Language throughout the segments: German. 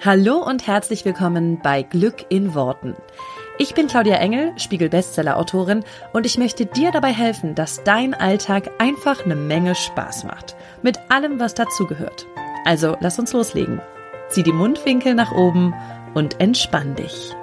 Hallo und herzlich willkommen bei Glück in Worten. Ich bin Claudia Engel, Spiegel-Bestseller-Autorin und ich möchte dir dabei helfen, dass dein Alltag einfach eine Menge Spaß macht. Mit allem, was dazugehört. Also lass uns loslegen. Zieh die Mundwinkel nach oben und entspann dich.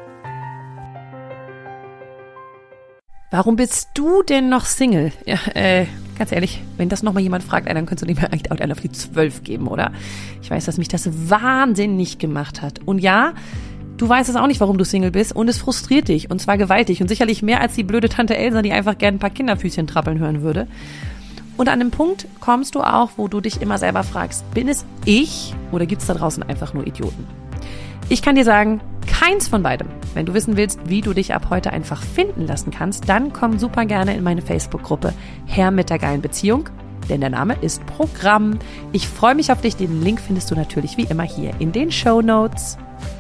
Warum bist du denn noch Single? Ja, ganz ehrlich, wenn das nochmal jemand fragt, dann könntest du dem eigentlich auch einen auf die 12 geben, oder? Ich weiß, dass mich das wahnsinnig gemacht hat. Und ja, du weißt es auch nicht, warum du Single bist und es frustriert dich und zwar gewaltig und sicherlich mehr als die blöde Tante Elsa, die einfach gerne ein paar Kinderfüßchen trappeln hören würde. Und an einem Punkt kommst du auch, wo du dich immer selber fragst, bin es ich oder gibt es da draußen einfach nur Idioten? Ich kann dir sagen, keins von beidem. Wenn du wissen willst, wie du dich ab heute einfach finden lassen kannst, dann komm super gerne in meine Facebook-Gruppe Herr mit der geilen Beziehung, denn der Name ist Programm. Ich freue mich auf dich. Den Link findest du natürlich wie immer hier in den Shownotes.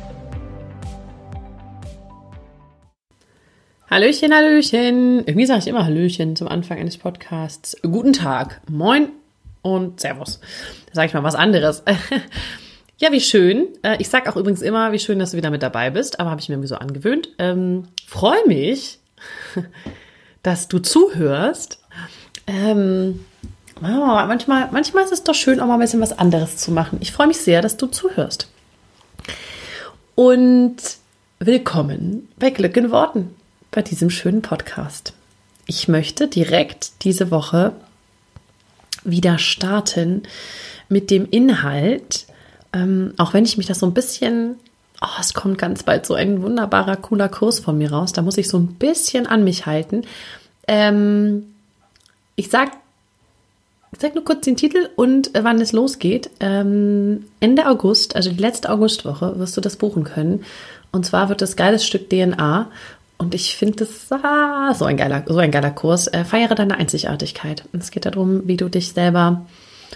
Hallöchen, Hallöchen. Irgendwie sage ich immer Hallöchen zum Anfang eines Podcasts. Guten Tag, moin und Servus. Da sage ich mal was anderes. Ja, wie schön. Ich sage auch übrigens immer, wie schön, dass du wieder mit dabei bist, aber habe ich mir irgendwie so angewöhnt. Freue mich, dass du zuhörst. Manchmal ist es doch schön, auch mal ein bisschen was anderes zu machen. Ich freue mich sehr, dass du zuhörst. Und willkommen bei Glück in Worten, bei diesem schönen Podcast. Ich möchte direkt diese Woche wieder starten mit dem Inhalt, auch wenn ich mich das so ein bisschen, es kommt ganz bald so ein wunderbarer, cooler Kurs von mir raus, da muss ich so ein bisschen an mich halten. Ich sag nur kurz den Titel und wann es losgeht. Ende August, also die letzte Augustwoche, wirst du das buchen können. Und zwar wird das geiles Stück DNA. Und ich finde das so ein geiler Kurs. Feiere deine Einzigartigkeit. Und es geht darum, wie du dich selber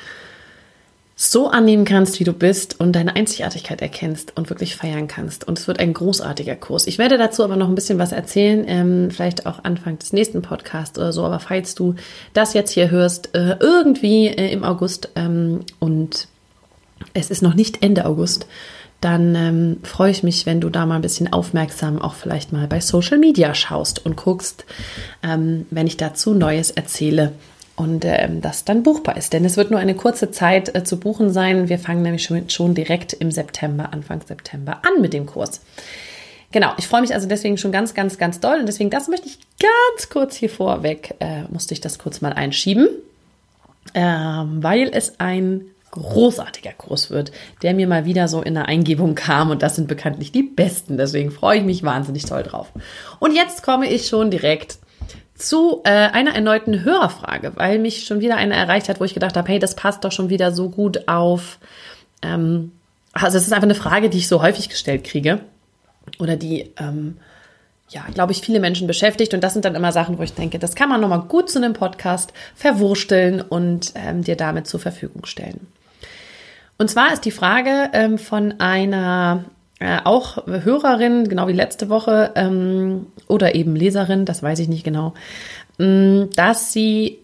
so annehmen kannst, wie du bist und deine Einzigartigkeit erkennst und wirklich feiern kannst. Und es wird ein großartiger Kurs. Ich werde dazu aber noch ein bisschen was erzählen, vielleicht auch Anfang des nächsten Podcasts oder so. Aber falls du das jetzt hier hörst, irgendwie im August und es ist noch nicht Ende August, dann freue ich mich, wenn du da mal ein bisschen aufmerksam auch vielleicht mal bei Social Media schaust und guckst, wenn ich dazu Neues erzähle. Und das dann buchbar ist. Denn es wird nur eine kurze Zeit zu buchen sein. Wir fangen nämlich schon direkt im September, Anfang September an mit dem Kurs. Genau, ich freue mich also deswegen schon ganz, ganz, ganz doll. Und deswegen, das möchte ich ganz kurz hier vorweg, musste ich das kurz mal einschieben, weil es ein großartiger Kurs wird, der mir mal wieder so in der Eingebung kam. Und das sind bekanntlich die besten. Deswegen freue ich mich wahnsinnig toll drauf. Und jetzt komme ich schon direkt zu einer erneuten Hörerfrage, weil mich schon wieder eine erreicht hat, wo ich gedacht habe, hey, das passt doch schon wieder so gut auf. Also es ist einfach eine Frage, die ich so häufig gestellt kriege oder die, glaube ich, viele Menschen beschäftigt. Und das sind dann immer Sachen, wo ich denke, das kann man nochmal gut zu einem Podcast verwursteln und dir damit zur Verfügung stellen. Und zwar ist die Frage von einer auch Hörerin, genau wie letzte Woche, oder eben Leserin, das weiß ich nicht genau, dass sie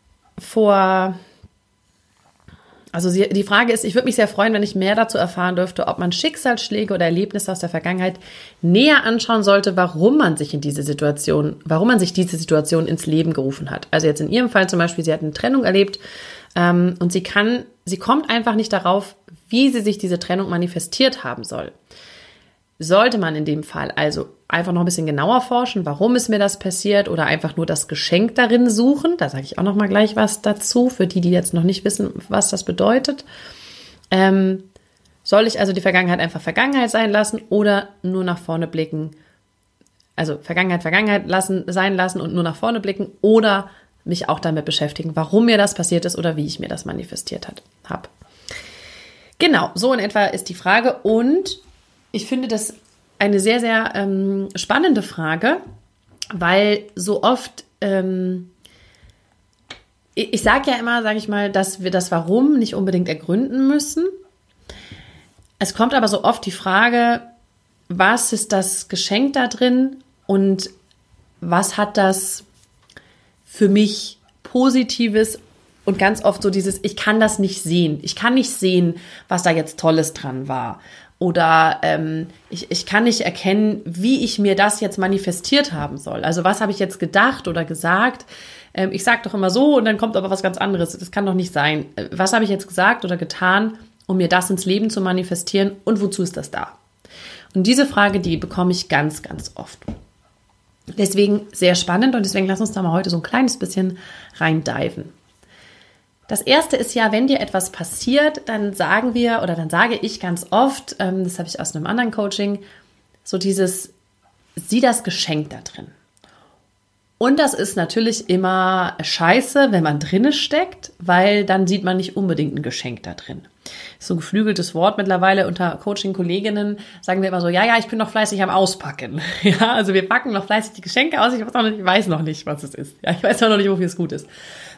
die Frage ist, ich würde mich sehr freuen, wenn ich mehr dazu erfahren dürfte, ob man Schicksalsschläge oder Erlebnisse aus der Vergangenheit näher anschauen sollte, warum man sich diese Situation ins Leben gerufen hat. Also jetzt in ihrem Fall zum Beispiel, sie hat eine Trennung erlebt, und sie kommt einfach nicht darauf, wie sie sich diese Trennung manifestiert haben soll. Sollte man in dem Fall also einfach noch ein bisschen genauer forschen, warum ist mir das passiert oder einfach nur das Geschenk darin suchen, da sage ich auch noch mal gleich was dazu, für die jetzt noch nicht wissen, was das bedeutet. Soll ich also die Vergangenheit einfach Vergangenheit sein lassen oder nur nach vorne blicken, also Vergangenheit sein lassen und nur nach vorne blicken oder mich auch damit beschäftigen, warum mir das passiert ist oder wie ich mir das manifestiert habe. Genau, so in etwa ist die Frage und ich finde das eine sehr, sehr spannende Frage, weil so oft, ich sage ja immer, dass wir das Warum nicht unbedingt ergründen müssen. Es kommt aber so oft die Frage, was ist das Geschenk da drin und was hat das für mich Positives und ganz oft so dieses, ich kann das nicht sehen. Ich kann nicht sehen, was da jetzt Tolles dran war. Oder ich kann nicht erkennen, wie ich mir das jetzt manifestiert haben soll. Also was habe ich jetzt gedacht oder gesagt? Ich sage doch immer so und dann kommt aber was ganz anderes. Das kann doch nicht sein. Was habe ich jetzt gesagt oder getan, um mir das ins Leben zu manifestieren und wozu ist das da? Und diese Frage, die bekomme ich ganz, ganz oft. Deswegen sehr spannend und deswegen lass uns da mal heute so ein kleines bisschen reindiven. Das erste ist ja, wenn dir etwas passiert, dann sage ich ganz oft, das habe ich aus einem anderen Coaching, so dieses, sieh das Geschenk da drin. Und das ist natürlich immer scheiße, wenn man drinne steckt, weil dann sieht man nicht unbedingt ein Geschenk da drin. So ein geflügeltes Wort mittlerweile unter Coaching-Kolleginnen sagen wir immer so, ja, ich bin noch fleißig am Auspacken. Ja, also wir packen noch fleißig die Geschenke aus, ich weiß noch nicht, was es ist. Ja, ich weiß noch nicht, wofür es gut ist.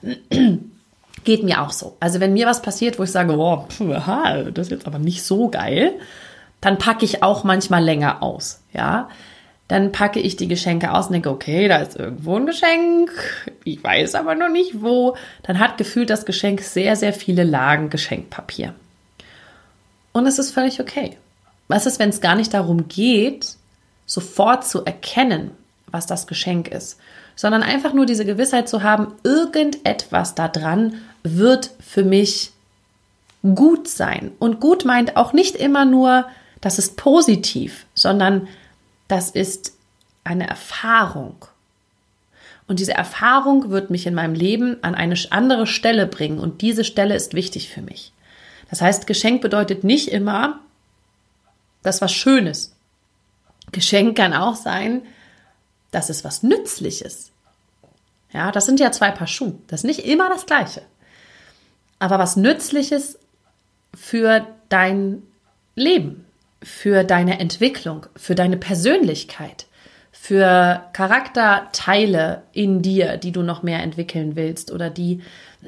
Geht mir auch so. Also wenn mir was passiert, wo ich sage, das ist jetzt aber nicht so geil, dann packe ich auch manchmal länger aus. Ja, dann packe ich die Geschenke aus und denke, okay, da ist irgendwo ein Geschenk, ich weiß aber noch nicht wo. Dann hat gefühlt das Geschenk sehr, sehr viele Lagen Geschenkpapier. Und es ist völlig okay. Was ist, wenn es gar nicht darum geht, sofort zu erkennen, was das Geschenk ist, sondern einfach nur diese Gewissheit zu haben, irgendetwas da dran wird für mich gut sein. Und gut meint auch nicht immer nur, das ist positiv, sondern das ist eine Erfahrung. Und diese Erfahrung wird mich in meinem Leben an eine andere Stelle bringen. Und diese Stelle ist wichtig für mich. Das heißt, Geschenk bedeutet nicht immer, das was Schönes. Geschenk kann auch sein, das ist was Nützliches. Ja, das sind ja zwei Paar Schuhe. Das ist nicht immer das Gleiche. Aber was Nützliches für dein Leben, für deine Entwicklung, für deine Persönlichkeit, für Charakterteile in dir, die du noch mehr entwickeln willst oder die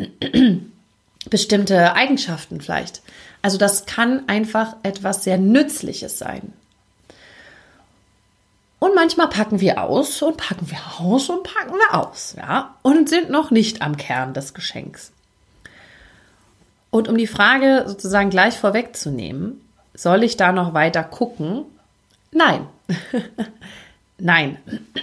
bestimmte Eigenschaften vielleicht. Also das kann einfach etwas sehr Nützliches sein. Und manchmal packen wir aus und packen wir aus und packen wir aus, ja, und sind noch nicht am Kern des Geschenks. Und um die Frage sozusagen gleich vorwegzunehmen, soll ich da noch weiter gucken? Nein. Nein.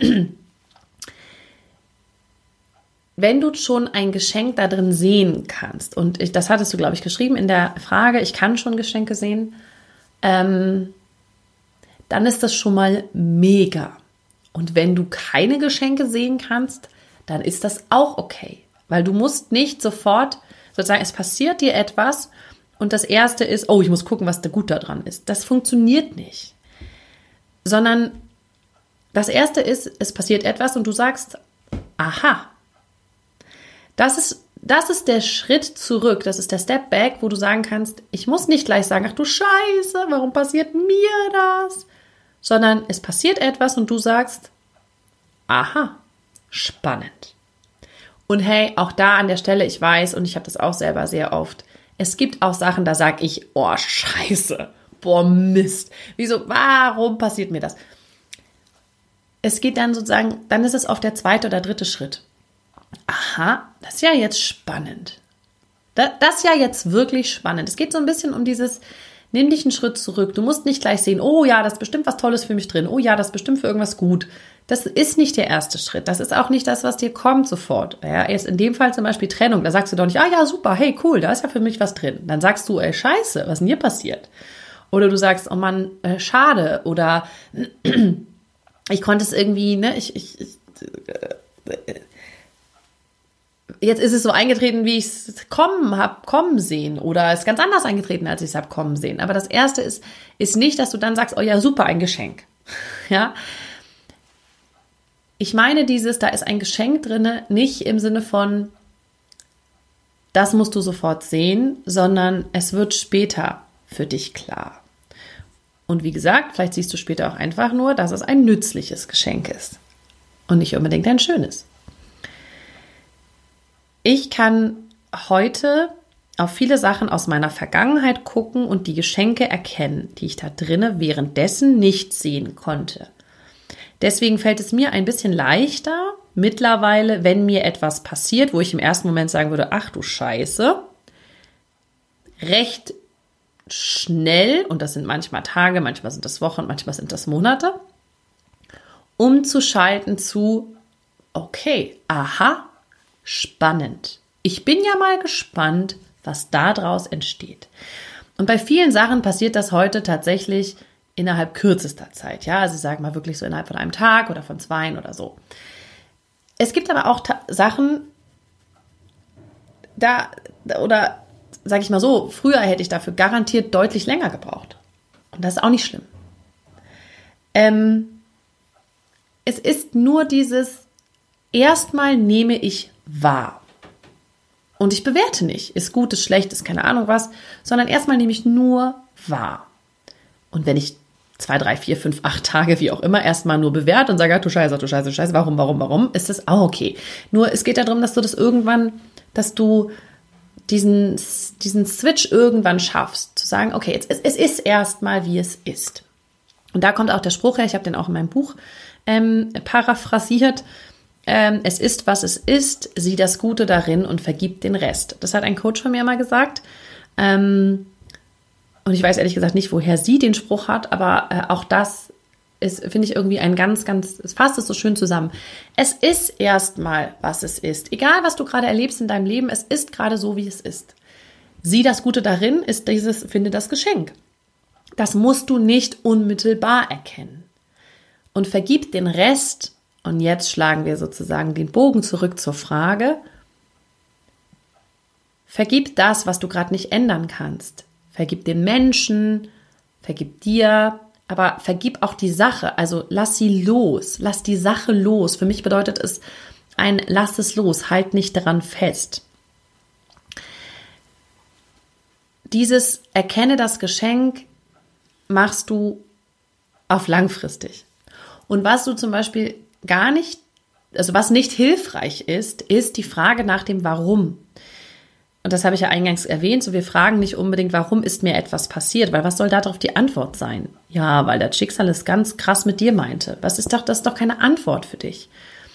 Wenn du schon ein Geschenk da drin sehen kannst, und das hattest du, glaube ich, geschrieben in der Frage, ich kann schon Geschenke sehen, dann ist das schon mal mega. Und wenn du keine Geschenke sehen kannst, dann ist das auch okay. Weil du musst nicht sofort, sozusagen, es passiert dir etwas und das Erste ist, ich muss gucken, was da gut daran ist. Das funktioniert nicht. Sondern das Erste ist, es passiert etwas und du sagst, aha, das ist der Schritt zurück, das ist der Step Back, wo du sagen kannst, ich muss nicht gleich sagen, ach du Scheiße, warum passiert mir das? Sondern es passiert etwas und du sagst, aha, spannend. Und hey, auch da an der Stelle, ich weiß, und ich habe das auch selber sehr oft, es gibt auch Sachen, da sage ich, Scheiße, Mist, wieso, warum passiert mir das? Es geht dann sozusagen, dann ist es oft der zweite oder dritte Schritt. Aha, das ist ja jetzt spannend. Das ist ja jetzt wirklich spannend. Es geht so ein bisschen um dieses, nimm dich einen Schritt zurück. Du musst nicht gleich sehen, oh ja, das ist bestimmt was Tolles für mich drin. Oh ja, das ist bestimmt für irgendwas gut. Das ist nicht der erste Schritt. Das ist auch nicht das, was dir kommt sofort. Ja, erst in dem Fall zum Beispiel Trennung. Da sagst du doch nicht, ja, super, hey, cool, da ist ja für mich was drin. Dann sagst du, scheiße, was ist denn hier passiert? Oder du sagst, oh Mann, schade. Oder ich konnte es irgendwie, jetzt ist es so eingetreten, wie ich es kommen sehen. Oder es ist ganz anders eingetreten, als ich es habe kommen sehen. Aber das Erste ist nicht, dass du dann sagst, oh ja, super, ein Geschenk. Ja. Ich meine da ist ein Geschenk drin, nicht im Sinne von, das musst du sofort sehen, sondern es wird später für dich klar. Und wie gesagt, vielleicht siehst du später auch einfach nur, dass es ein nützliches Geschenk ist und nicht unbedingt ein schönes. Ich kann heute auf viele Sachen aus meiner Vergangenheit gucken und die Geschenke erkennen, die ich da drinne währenddessen nicht sehen konnte. Deswegen fällt es mir ein bisschen leichter mittlerweile, wenn mir etwas passiert, wo ich im ersten Moment sagen würde, ach du Scheiße, recht schnell, und das sind manchmal Tage, manchmal sind das Wochen, manchmal sind das Monate, umzuschalten zu, okay, aha, spannend. Ich bin ja mal gespannt, was daraus entsteht. Und bei vielen Sachen passiert das heute tatsächlich innerhalb kürzester Zeit. Ja, also ich sage mal wirklich so innerhalb von einem Tag oder von 2 oder so. Es gibt aber auch Sachen, oder sage ich mal so, früher hätte ich dafür garantiert deutlich länger gebraucht. Und das ist auch nicht schlimm. Es ist nur dieses, erstmal nehme ich wahr. Und ich bewerte nicht, ist gut, ist schlecht, ist keine Ahnung was, sondern erstmal nehme ich nur wahr. Und wenn ich 2, 3, 4, 5, 8 Tage, wie auch immer, erstmal nur bewerte und sage, du Scheiße, warum, ist das auch okay. Nur es geht darum, dass du das irgendwann, dass du diesen Switch irgendwann schaffst, zu sagen, okay, es ist erstmal, wie es ist. Und da kommt auch der Spruch her, ich habe den auch in meinem Buch paraphrasiert, es ist, was es ist, sieh das Gute darin und vergib den Rest. Das hat ein Coach von mir mal gesagt. Und ich weiß ehrlich gesagt nicht, woher sie den Spruch hat, aber auch das ist, finde ich, irgendwie ein ganz, es fasst es so schön zusammen. Es ist erstmal, was es ist. Egal, was du gerade erlebst in deinem Leben, es ist gerade so, wie es ist. Sieh das Gute darin, ist finde das Geschenk. Das musst du nicht unmittelbar erkennen. Und vergib den Rest. Und jetzt schlagen wir sozusagen den Bogen zurück zur Frage. Vergib das, was du gerade nicht ändern kannst. Vergib den Menschen, vergib dir, aber vergib auch die Sache. Also lass sie los, lass die Sache los. Für mich bedeutet es lass es los, halt nicht daran fest. Dieses erkenne das Geschenk machst du auf langfristig. Und was du zum Beispiel gar nicht, also was nicht hilfreich ist die Frage nach dem Warum. Und das habe ich ja eingangs erwähnt, so wir fragen nicht unbedingt, warum ist mir etwas passiert, weil was soll darauf die Antwort sein? Ja, weil das Schicksal es ganz krass mit dir meinte. Das ist doch keine Antwort für dich.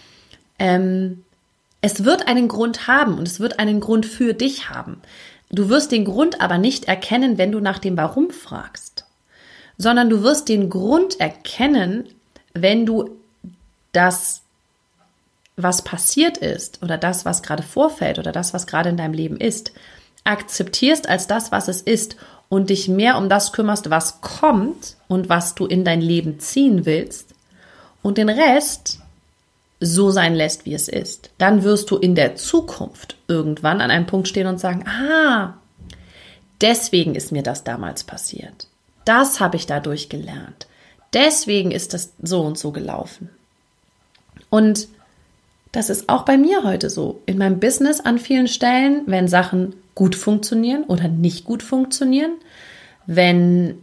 Es wird einen Grund haben und es wird einen Grund für dich haben. Du wirst den Grund aber nicht erkennen, wenn du nach dem Warum fragst, sondern du wirst den Grund erkennen, wenn du das, was passiert ist oder das, was gerade vorfällt oder das, was gerade in deinem Leben ist, akzeptierst als das, was es ist und dich mehr um das kümmerst, was kommt und was du in dein Leben ziehen willst und den Rest so sein lässt, wie es ist. Dann wirst du in der Zukunft irgendwann an einem Punkt stehen und sagen, deswegen ist mir das damals passiert. Das habe ich dadurch gelernt. Deswegen ist das so und so gelaufen. Und das ist auch bei mir heute so. In meinem Business an vielen Stellen, wenn Sachen gut funktionieren oder nicht gut funktionieren, wenn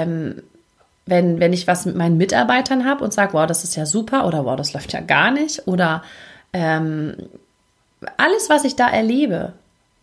ich was mit meinen Mitarbeitern habe und sage, wow, das ist ja super oder wow, das läuft ja gar nicht oder alles, was ich da erlebe,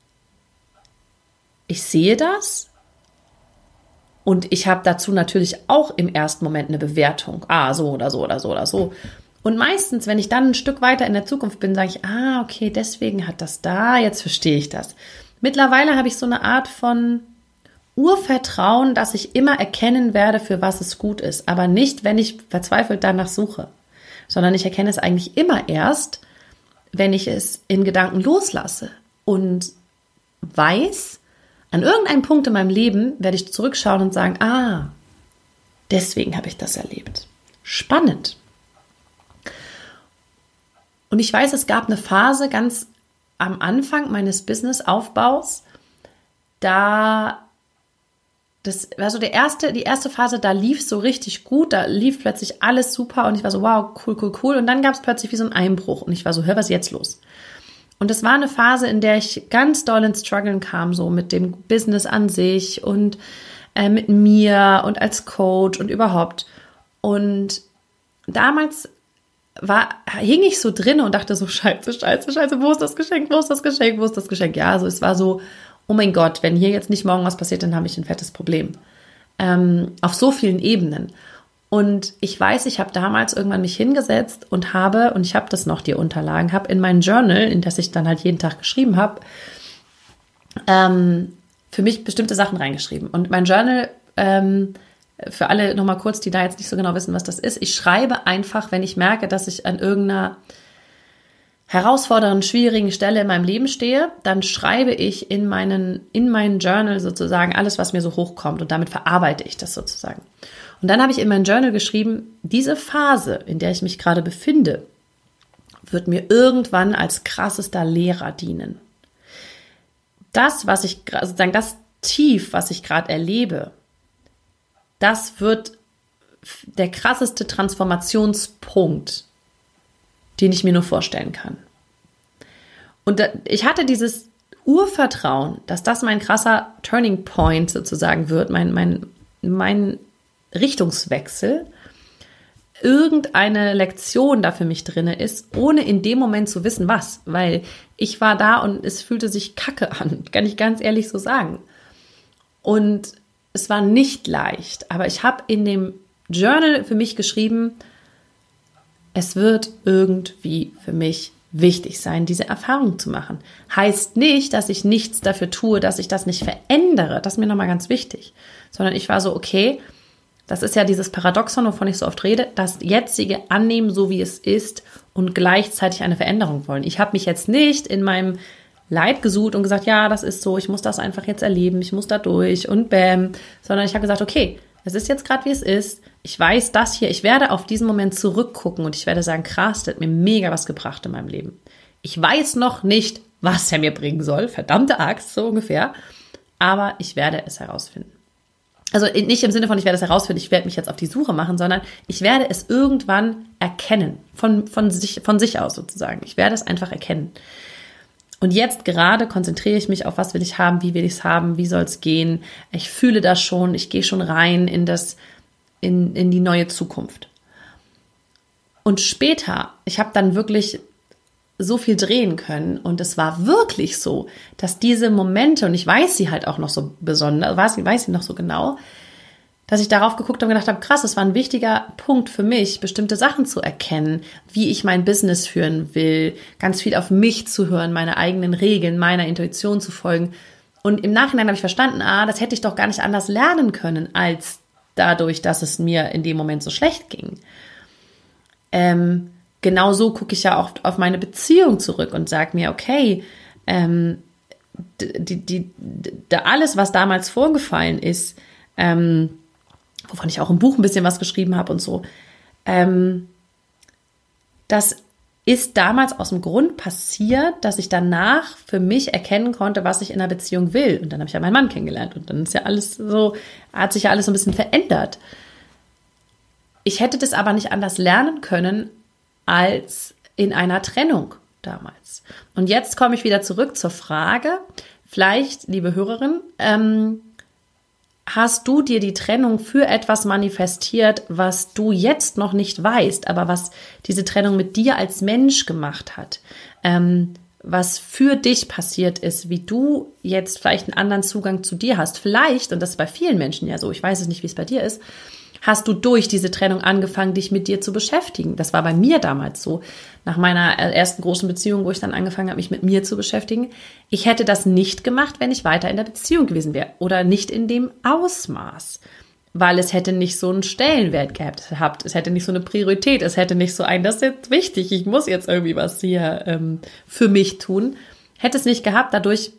ich sehe das und ich habe dazu natürlich auch im ersten Moment eine Bewertung. So oder so oder so oder so. Und meistens, wenn ich dann ein Stück weiter in der Zukunft bin, sage ich, okay, deswegen hat das jetzt verstehe ich das. Mittlerweile habe ich so eine Art von Urvertrauen, dass ich immer erkennen werde, für was es gut ist. Aber nicht, wenn ich verzweifelt danach suche, sondern ich erkenne es eigentlich immer erst, wenn ich es in Gedanken loslasse und weiß, an irgendeinem Punkt in meinem Leben werde ich zurückschauen und sagen, deswegen habe ich das erlebt. Spannend. Und ich weiß, es gab eine Phase ganz am Anfang meines Business-Aufbaus, das war so die erste Phase, da lief es so richtig gut, da lief plötzlich alles super und ich war so, wow, cool. Und dann gab es plötzlich wie so einen Einbruch und ich war so, was ist jetzt los? Und es war eine Phase, in der ich ganz doll ins Struggeln kam, so mit dem Business an sich und mit mir und als Coach und überhaupt. Und damals hing ich so drin und dachte so, scheiße, wo ist das Geschenk? Ja, also es war so, oh mein Gott, wenn hier jetzt nicht morgen was passiert, dann habe ich ein fettes Problem. Auf so vielen Ebenen. Und ich weiß, ich habe damals irgendwann mich hingesetzt und ich habe das noch, die Unterlagen, habe in mein Journal, in das ich dann halt jeden Tag geschrieben habe, für mich bestimmte Sachen reingeschrieben. Und mein Journal, für alle nochmal kurz, die da jetzt nicht so genau wissen, was das ist, ich schreibe einfach, wenn ich merke, dass ich an irgendeiner herausfordernden, schwierigen Stelle in meinem Leben stehe, dann schreibe ich in meinen Journal sozusagen alles, was mir so hochkommt, und damit verarbeite ich das sozusagen. Und dann habe ich in mein Journal geschrieben, diese Phase, in der ich mich gerade befinde, wird mir irgendwann als krassester Lehrer dienen. Das, was ich sozusagen das Tief, was ich gerade erlebe, das wird der krasseste Transformationspunkt, den ich mir nur vorstellen kann. Und ich hatte dieses Urvertrauen, dass das mein krasser Turning Point sozusagen wird, mein Richtungswechsel, irgendeine Lektion da für mich drin ist, ohne in dem Moment zu wissen, was. Weil ich war da und es fühlte sich kacke an, kann ich ganz ehrlich so sagen. Und es war nicht leicht, aber ich habe in dem Journal für mich geschrieben, es wird irgendwie für mich wichtig sein, diese Erfahrung zu machen. Heißt nicht, dass ich nichts dafür tue, dass ich das nicht verändere. Das ist mir nochmal ganz wichtig. Sondern ich war so, okay, das ist ja dieses Paradoxon, wovon ich so oft rede, das jetzige annehmen, so wie es ist, und gleichzeitig eine Veränderung wollen. Ich habe mich jetzt nicht in meinem Leid gesucht und gesagt, ja, das ist so, ich muss das einfach jetzt erleben, ich muss da durch und bäm, sondern ich habe gesagt, okay, es ist jetzt gerade, wie es ist. Ich weiß das hier, ich werde auf diesen Moment zurückgucken und ich werde sagen, krass, das hat mir mega was gebracht in meinem Leben. Ich weiß noch nicht, was er mir bringen soll, verdammte Axt, so ungefähr, aber ich werde es herausfinden. Also nicht im Sinne von, ich werde es herausfinden, ich werde mich jetzt auf die Suche machen, sondern ich werde es irgendwann erkennen, von sich aus sozusagen. Ich werde es einfach erkennen. Und jetzt gerade konzentriere ich mich auf, was will ich haben, wie will ich es haben, wie soll es gehen. Ich fühle das schon, ich gehe schon rein in die neue Zukunft. Und später, ich habe dann wirklich so viel drehen können, und es war wirklich so, dass diese Momente, und ich weiß sie halt auch noch so besonders, weiß sie noch so genau, dass ich darauf geguckt habe und gedacht habe, krass, es war ein wichtiger Punkt für mich, bestimmte Sachen zu erkennen, wie ich mein Business führen will, ganz viel auf mich zu hören, meine eigenen Regeln, meiner Intuition zu folgen. Und im Nachhinein habe ich verstanden, das hätte ich doch gar nicht anders lernen können, als dadurch, dass es mir in dem Moment so schlecht ging. Genauso gucke ich ja auch auf meine Beziehung zurück und sage mir, okay, alles, was damals vorgefallen ist, wovon ich auch im Buch ein bisschen was geschrieben habe und so, das ist damals aus dem Grund passiert, dass ich danach für mich erkennen konnte, was ich in einer Beziehung will. Und dann habe ich ja meinen Mann kennengelernt und dann ist ja alles so, hat sich ja alles so ein bisschen verändert. Ich hätte das aber nicht anders lernen können als in einer Trennung damals. Und jetzt komme ich wieder zurück zur Frage, vielleicht, liebe Hörerin, hast du dir die Trennung für etwas manifestiert, was du jetzt noch nicht weißt, aber was diese Trennung mit dir als Mensch gemacht hat, was für dich passiert ist, wie du jetzt vielleicht einen anderen Zugang zu dir hast. Vielleicht, und das ist bei vielen Menschen ja so, ich weiß es nicht, wie es bei dir ist, hast du durch diese Trennung angefangen, dich mit dir zu beschäftigen. Das war bei mir damals so. Nach meiner ersten großen Beziehung, wo ich dann angefangen habe, mich mit mir zu beschäftigen. Ich hätte das nicht gemacht, wenn ich weiter in der Beziehung gewesen wäre. Oder nicht in dem Ausmaß. Weil es hätte nicht so einen Stellenwert gehabt. Es hätte nicht so eine Priorität. Es hätte nicht so das ist jetzt wichtig. Ich muss jetzt irgendwie was hier für mich tun. Hätte es nicht gehabt. Dadurch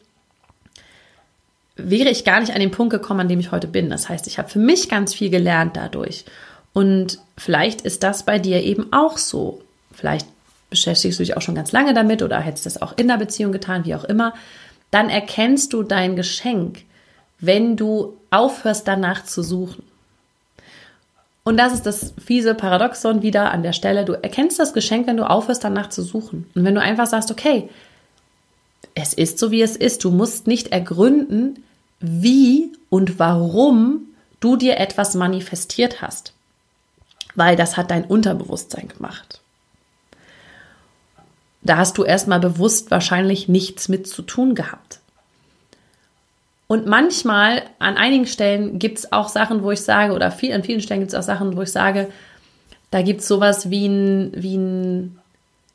wäre ich gar nicht an den Punkt gekommen, an dem ich heute bin. Das heißt, ich habe für mich ganz viel gelernt dadurch. Und vielleicht ist das bei dir eben auch so. Vielleicht beschäftigst du dich auch schon ganz lange damit oder hättest das auch in der Beziehung getan, wie auch immer. Dann erkennst du dein Geschenk, wenn du aufhörst, danach zu suchen. Und das ist das fiese Paradoxon wieder an der Stelle. Du erkennst das Geschenk, wenn du aufhörst, danach zu suchen. Und wenn du einfach sagst, okay, es ist so, wie es ist. Du musst nicht ergründen, wie und warum du dir etwas manifestiert hast. Weil das hat dein Unterbewusstsein gemacht. Da hast du erstmal bewusst wahrscheinlich nichts mit zu tun gehabt. Und manchmal, an einigen Stellen gibt es auch Sachen, wo ich sage, oder an vielen Stellen gibt es auch Sachen, wo ich sage, da gibt es sowas wie ein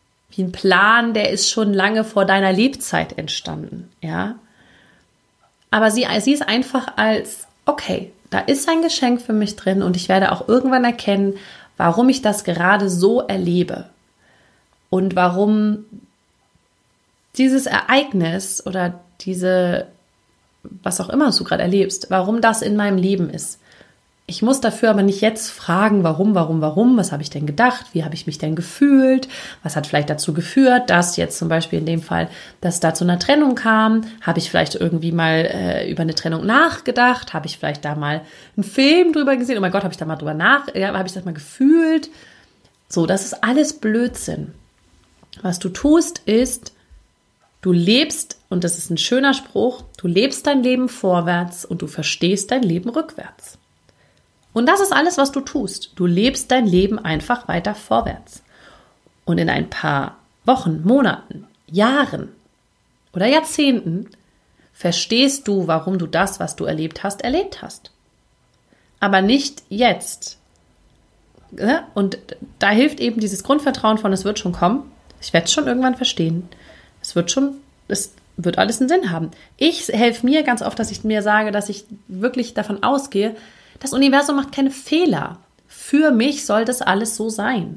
Plan, der ist schon lange vor deiner Lebzeit entstanden, ja. Aber sie es einfach als, okay, da ist ein Geschenk für mich drin und ich werde auch irgendwann erkennen, warum ich das gerade so erlebe und warum dieses Ereignis oder diese, was auch immer du gerade erlebst, warum das in meinem Leben ist. Ich muss dafür aber nicht jetzt fragen, warum, was habe ich denn gedacht, wie habe ich mich denn gefühlt, was hat vielleicht dazu geführt, dass jetzt zum Beispiel in dem Fall, dass da zu einer Trennung kam, habe ich vielleicht irgendwie mal über eine Trennung nachgedacht, habe ich vielleicht da mal einen Film drüber gesehen, oh mein Gott, habe ich da mal habe ich das mal gefühlt. So, das ist alles Blödsinn. Was du tust ist, du lebst, und das ist ein schöner Spruch, du lebst dein Leben vorwärts und du verstehst dein Leben rückwärts. Und das ist alles, was du tust. Du lebst dein Leben einfach weiter vorwärts. Und in ein paar Wochen, Monaten, Jahren oder Jahrzehnten verstehst du, warum du das, was du erlebt hast. Aber nicht jetzt. Und da hilft eben dieses Grundvertrauen von, es wird schon kommen. Ich werde es schon irgendwann verstehen. Es wird alles einen Sinn haben. Ich helfe mir ganz oft, dass ich mir sage, dass ich wirklich davon ausgehe, das Universum macht keine Fehler. Für mich soll das alles so sein.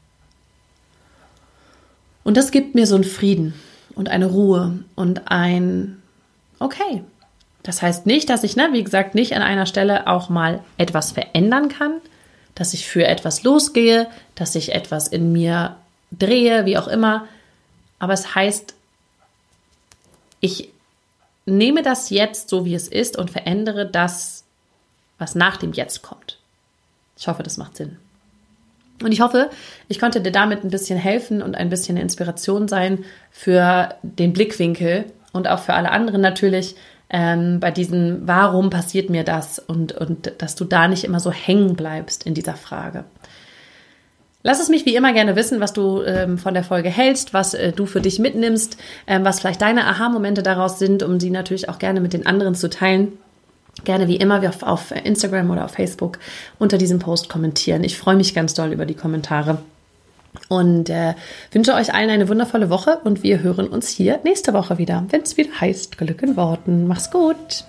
Und das gibt mir so einen Frieden und eine Ruhe und ein okay. Das heißt nicht, dass ich, wie gesagt, nicht an einer Stelle auch mal etwas verändern kann, dass ich für etwas losgehe, dass ich etwas in mir drehe, wie auch immer. Aber es heißt, ich nehme das jetzt so, wie es ist und verändere das, was nach dem Jetzt kommt. Ich hoffe, das macht Sinn. Und ich hoffe, ich konnte dir damit ein bisschen helfen und ein bisschen Inspiration sein für den Blickwinkel und auch für alle anderen natürlich bei diesem, warum passiert mir das und dass du da nicht immer so hängen bleibst in dieser Frage. Lass es mich wie immer gerne wissen, was du von der Folge hältst, was du für dich mitnimmst, was vielleicht deine Aha-Momente daraus sind, um sie natürlich auch gerne mit den anderen zu teilen. Gerne wie immer auf Instagram oder auf Facebook unter diesem Post kommentieren. Ich freue mich ganz doll über die Kommentare und wünsche euch allen eine wundervolle Woche und wir hören uns hier nächste Woche wieder, wenn es wieder heißt Glück in Worten. Mach's gut!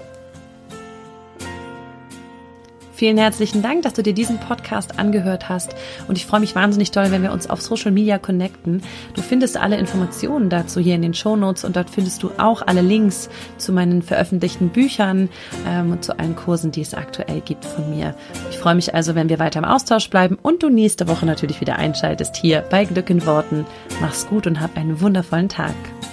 Vielen herzlichen Dank, dass du dir diesen Podcast angehört hast und ich freue mich wahnsinnig doll, wenn wir uns auf Social Media connecten. Du findest alle Informationen dazu hier in den Shownotes und dort findest du auch alle Links zu meinen veröffentlichten Büchern und zu allen Kursen, die es aktuell gibt von mir. Ich freue mich also, wenn wir weiter im Austausch bleiben und du nächste Woche natürlich wieder einschaltest hier bei Glück in Worten. Mach's gut und hab einen wundervollen Tag.